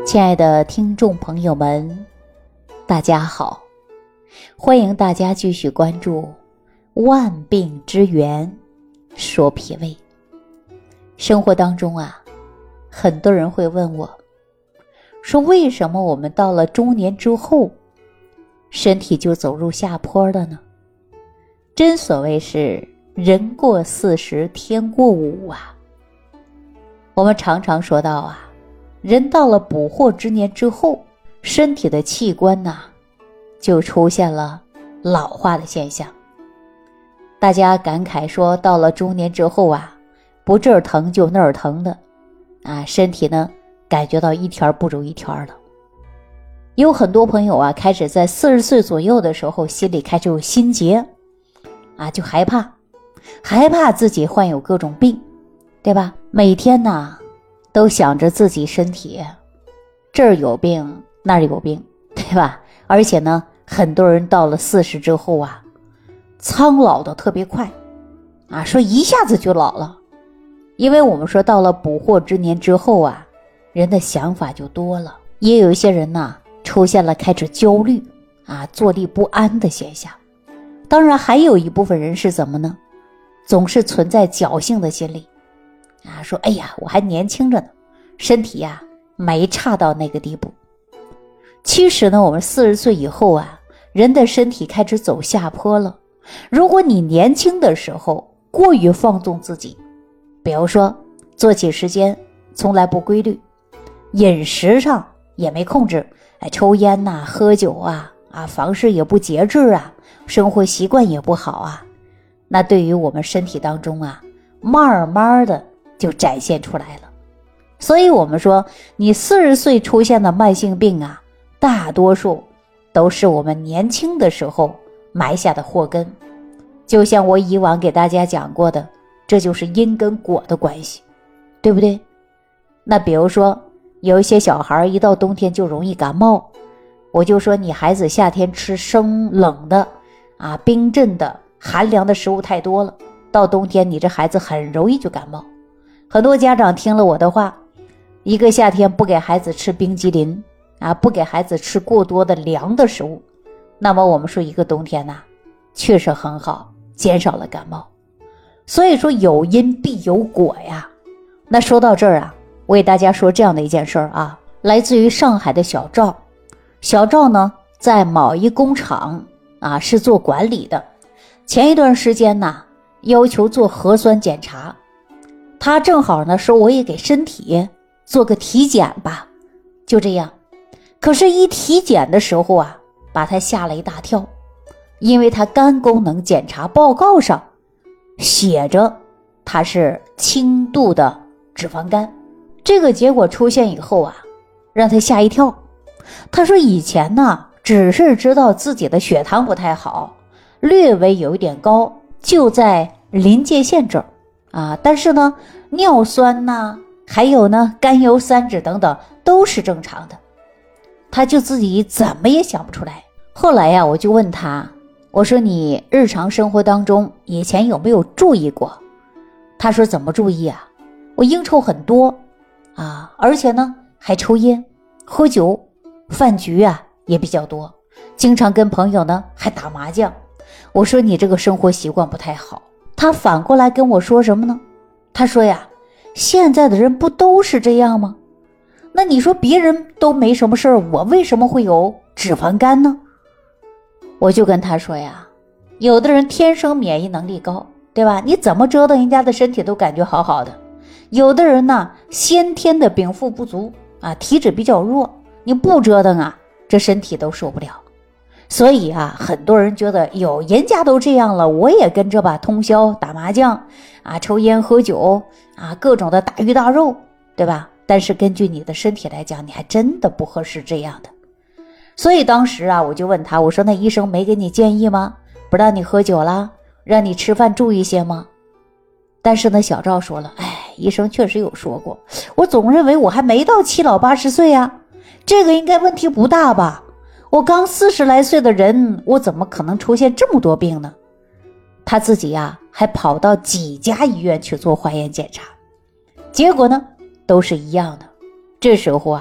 亲爱的听众朋友们，大家好，欢迎大家继续关注万病之源说脾胃。生活当中很多人会问我，说为什么我们到了中年之后，身体就走入下坡了呢？真所谓是人过40天过5我们常常说到人到了捕获之年之后，身体的器官就出现了老化的现象。大家感慨说，到了中年之后不这儿疼就那儿疼的身体呢感觉到一天不如一天了。有很多朋友开始在40岁左右的时候，心里开始有心结就害怕自己患有各种病，对吧？每天都想着自己身体这儿有病那儿有病，对吧？而且呢，很多人到了40之后苍老的特别快说一下子就老了。因为我们说到了捕获之年之后人的想法就多了，也有一些人出现了开始焦虑坐立不安的现象。当然还有一部分人是怎么呢？总是存在侥幸的心理说哎呀我还年轻着呢，身体没差到那个地步。其实呢，我们40岁以后人的身体开始走下坡了。如果你年轻的时候过于放纵自己，比如说作息时间从来不规律，饮食上也没控制，抽烟喝酒房事也不节制生活习惯也不好那对于我们身体当中慢慢的就展现出来了。所以我们说你40岁出现的慢性病大多数都是我们年轻的时候埋下的祸根。就像我以往给大家讲过的，这就是因跟果的关系，对不对？那比如说有一些小孩一到冬天就容易感冒，我就说你孩子夏天吃生冷的冰镇的寒凉的食物太多了，到冬天你这孩子很容易就感冒。很多家长听了我的话，一个夏天不给孩子吃冰激凌不给孩子吃过多的凉的食物，那么我们说一个冬天确实很好，减少了感冒。所以说有因必有果那说到这儿我给大家说这样的一件事儿来自于上海的小赵。小赵呢在某一工厂是做管理的，前一段时间要求做核酸检查，他正好呢说我也给身体做个体检吧，就这样。可是一体检的时候把他吓了一大跳，因为他肝功能检查报告上写着他是轻度的脂肪肝。这个结果出现以后让他吓一跳。他说以前只是知道自己的血糖不太好，略微有一点高，就在临界线这儿但是呢尿酸还有甘油三酯等等都是正常的。他就自己怎么也想不出来。后来我就问他，我说你日常生活当中以前有没有注意过？他说怎么注意我应酬很多而且呢还抽烟喝酒，饭局也比较多，经常跟朋友还打麻将。我说你这个生活习惯不太好。他反过来跟我说什么呢？他说现在的人不都是这样吗？那你说别人都没什么事儿，我为什么会有脂肪肝呢？我就跟他说有的人天生免疫能力高，对吧？你怎么折腾人家的身体都感觉好好的。有的人先天的禀赋不足体质比较弱，你不折腾这身体都受不了。所以很多人觉得有人家都这样了，我也跟着吧，通宵打麻将抽烟喝酒各种的大鱼大肉，对吧？但是根据你的身体来讲，你还真的不合适这样的。所以当时我就问他，我说那医生没给你建议吗？不让你喝酒啦，让你吃饭注意些吗？但是呢小赵说了，医生确实有说过，我总认为我还没到7老80岁这个应该问题不大吧，我刚40来岁的人，我怎么可能出现这么多病呢？他自己还跑到几家医院去做化验检查，结果呢都是一样的。这时候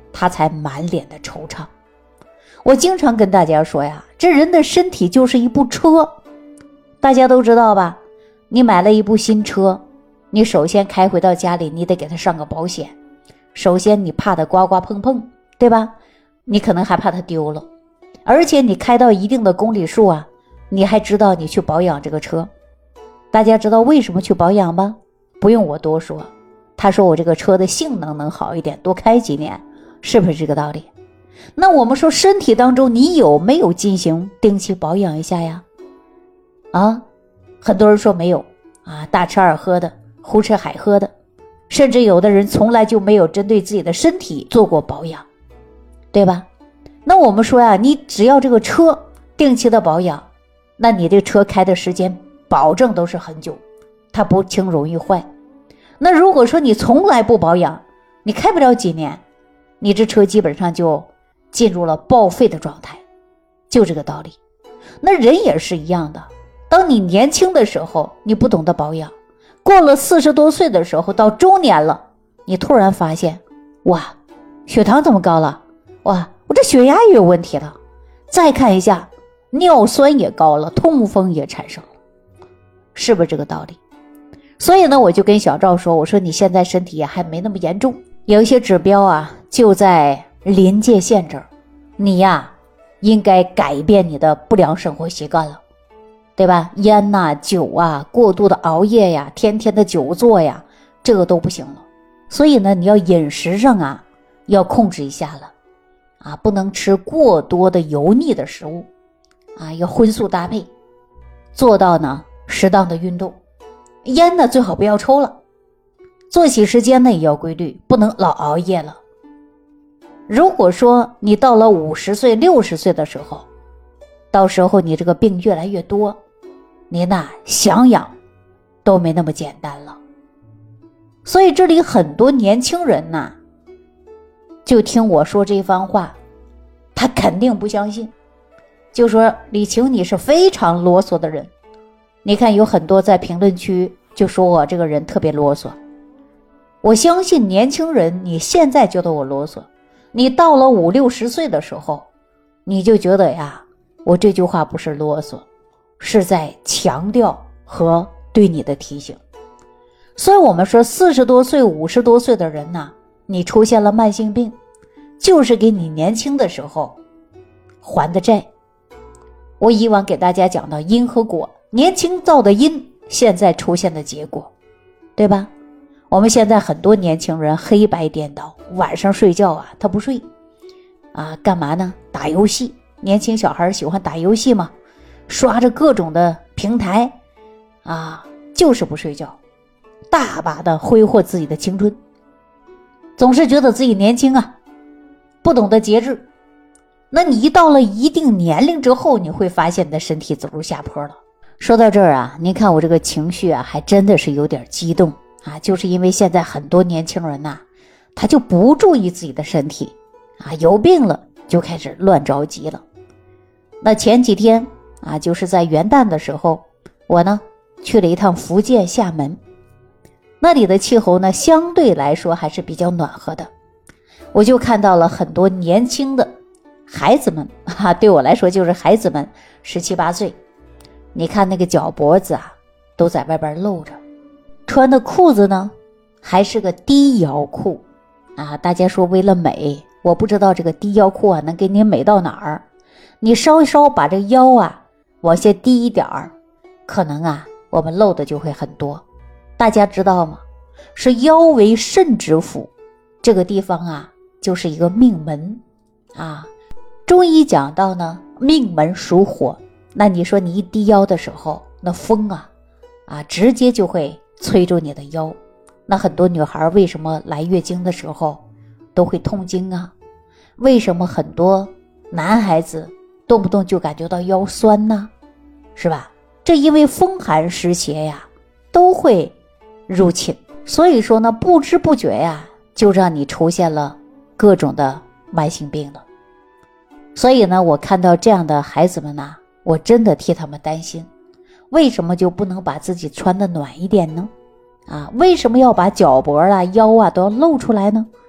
他才满脸的惆怅。我经常跟大家说呀，这人的身体就是一部车，大家都知道吧？你买了一部新车，你首先开回到家里，你得给它上个保险。首先你怕它刮刮碰碰，对吧？你可能还怕它丢了，而且你开到一定的公里数啊，你还知道你去保养这个车。大家知道为什么去保养吗？不用我多说，他说我这个车的性能能好一点，多开几年，是不是这个道理？那我们说身体当中你有没有进行定期保养一下呀？很多人说没有啊，大吃二喝的，胡吃海喝的，甚至有的人从来就没有针对自己的身体做过保养，对吧？那我们说呀，你只要这个车定期的保养，那你这车开的时间保证都是很久，它不轻容易坏。那如果说你从来不保养，你开不了几年，你这车基本上就进入了报废的状态，就这个道理。那人也是一样的，当你年轻的时候你不懂得保养，过了40多岁的时候，到中年了，你突然发现，哇，血糖怎么高了？哇，我这血压也有问题了。再看一下，尿酸也高了，痛风也产生了，是不是这个道理？所以呢，我就跟小赵说，我说你现在身体还没那么严重，有一些指标啊就在临界线这儿，你呀应该改变你的不良生活习惯了，对吧？烟呐、酒啊，过度的熬夜呀，天天的久坐呀，这个都不行了。所以呢，你要饮食上啊要控制一下了啊，不能吃过多的油腻的食物啊，要荤素搭配，做到呢适当的运动。烟呢最好不要抽了，作息时间呢也要规律，不能老熬夜了。如果说你到了50岁60岁的时候，到时候你这个病越来越多，你那想养都没那么简单了。所以这里很多年轻人呐，就听我说这番话，他肯定不相信，就说李晴你是非常啰嗦的人。你看有很多在评论区就说我这个人特别啰嗦，我相信年轻人你现在觉得我啰嗦，你到了50、60岁的时候，你就觉得呀，我这句话不是啰嗦，是在强调和对你的提醒。所以我们说40多岁、50多岁的人呐，你出现了慢性病，就是给你年轻的时候还的债。我以往给大家讲到因和果，年轻造的因，现在出现的结果，对吧？我们现在很多年轻人黑白颠倒，晚上睡觉啊他不睡啊，干嘛呢？打游戏。年轻小孩喜欢打游戏嘛，刷着各种的平台啊，就是不睡觉，大把的挥霍自己的青春，总是觉得自己年轻啊，不懂得节制。那你一到了一定年龄之后，你会发现你的身体走入下坡了。说到这儿啊，您看我这个情绪啊，还真的是有点激动啊，就是因为现在很多年轻人呐，他就不注意自己的身体啊，有病了就开始乱着急了。那前几天啊，就是在元旦的时候，我呢去了一趟福建厦门，那里的气候呢相对来说还是比较暖和的，我就看到了很多年轻的孩子们啊，对我来说就是孩子们，17、18岁，你看那个脚脖子啊都在外边露着，穿的裤子呢还是个低腰裤啊。大家说为了美，我不知道这个低腰裤啊能给你美到哪儿，你稍稍把这个腰啊往下低一点儿，可能啊我们露的就会很多。大家知道吗？是腰为肾之府，这个地方啊就是一个命门啊。中医讲到呢，命门属火，那你说你一低腰的时候，那风啊直接就会催住你的腰。那很多女孩为什么来月经的时候都会痛经啊？为什么很多男孩子动不动就感觉到腰酸呢？是吧？这因为风寒湿邪呀都会入侵，所以说呢不知不觉呀就让你出现了各种的慢性病了。所以呢我看到这样的孩子们呢，我真的替他们担心，为什么就不能把自己穿得暖一点呢？为什么要把脚脖啊腰啊都要露出来呢？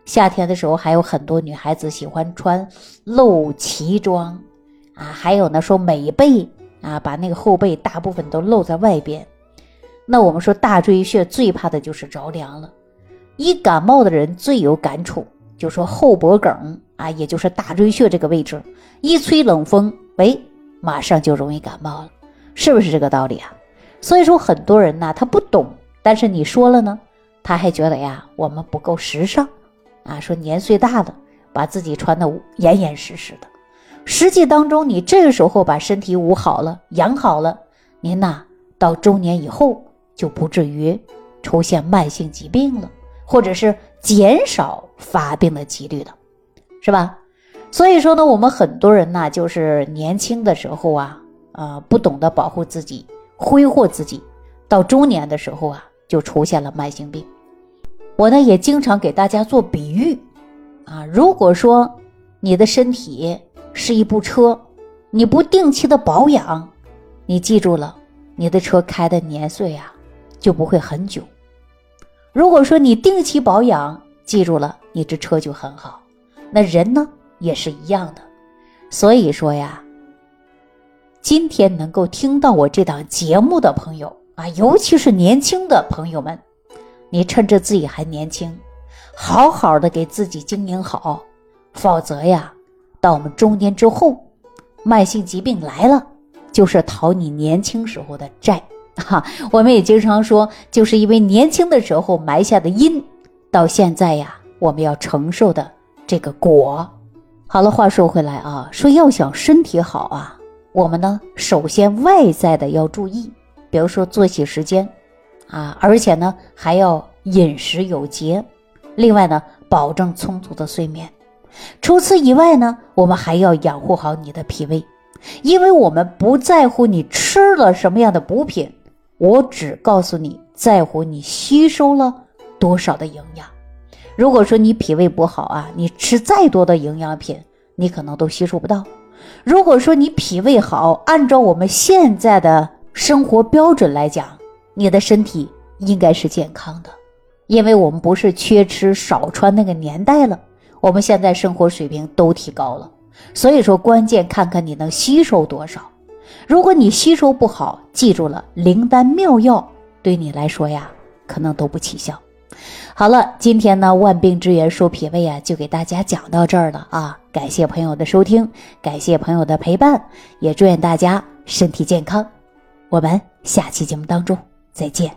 夏天的时候还有很多女孩子喜欢穿露脐装还有呢说美背把那个后背大部分都露在外边。那我们说大椎穴最怕的就是着凉了，一感冒的人最有感触，就说后脖梗也就是大椎穴这个位置，一吹冷风，马上就容易感冒了，是不是这个道理啊？所以说很多人呢他不懂，但是你说了呢，他还觉得我们不够时尚说年岁大了把自己穿得严严实实的。实际当中你这个时候把身体捂好了养好了，您到中年以后就不至于出现慢性疾病了，或者是减少发病的几率了，是吧？所以说呢，我们很多人就是年轻的时候不懂得保护自己挥霍自己，到中年的时候就出现了慢性病。我呢也经常给大家做比喻如果说你的身体是一部车，你不定期的保养，你记住了，你的车开的年岁就不会很久。如果说你定期保养，记住了，你这车就很好。那人呢也是一样的。所以说今天能够听到我这档节目的朋友尤其是年轻的朋友们，你趁着自己还年轻，好好的给自己经营好，否则到我们中年之后，慢性疾病来了，就是讨你年轻时候的债我们也经常说，就是因为年轻的时候埋下的因，到现在我们要承受的这个果。好了，话说回来说要想身体好我们呢首先外在的要注意，比如说作息时间而且呢还要饮食有节，另外呢保证充足的睡眠。除此以外呢，我们还要养护好你的脾胃，因为我们不在乎你吃了什么样的补品，我只告诉你在乎你吸收了多少的营养。如果说你脾胃不好你吃再多的营养品你可能都吸收不到。如果说你脾胃好，按照我们现在的生活标准来讲，你的身体应该是健康的，因为我们不是缺吃少穿那个年代了，我们现在生活水平都提高了，所以说关键看看你能吸收多少。如果你吸收不好，记住了，灵丹妙药对你来说可能都不起效。好了，今天呢万病之源说脾胃就给大家讲到这儿了感谢朋友的收听，感谢朋友的陪伴，也祝愿大家身体健康。我们下期节目当中再见。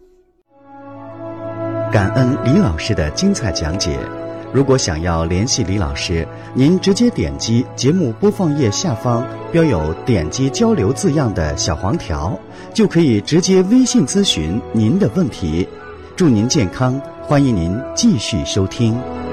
感恩李老师的精彩讲解。如果想要联系李老师，您直接点击节目播放页下方标有点击交流字样的小黄条，就可以直接微信咨询您的问题。祝您健康，欢迎您继续收听。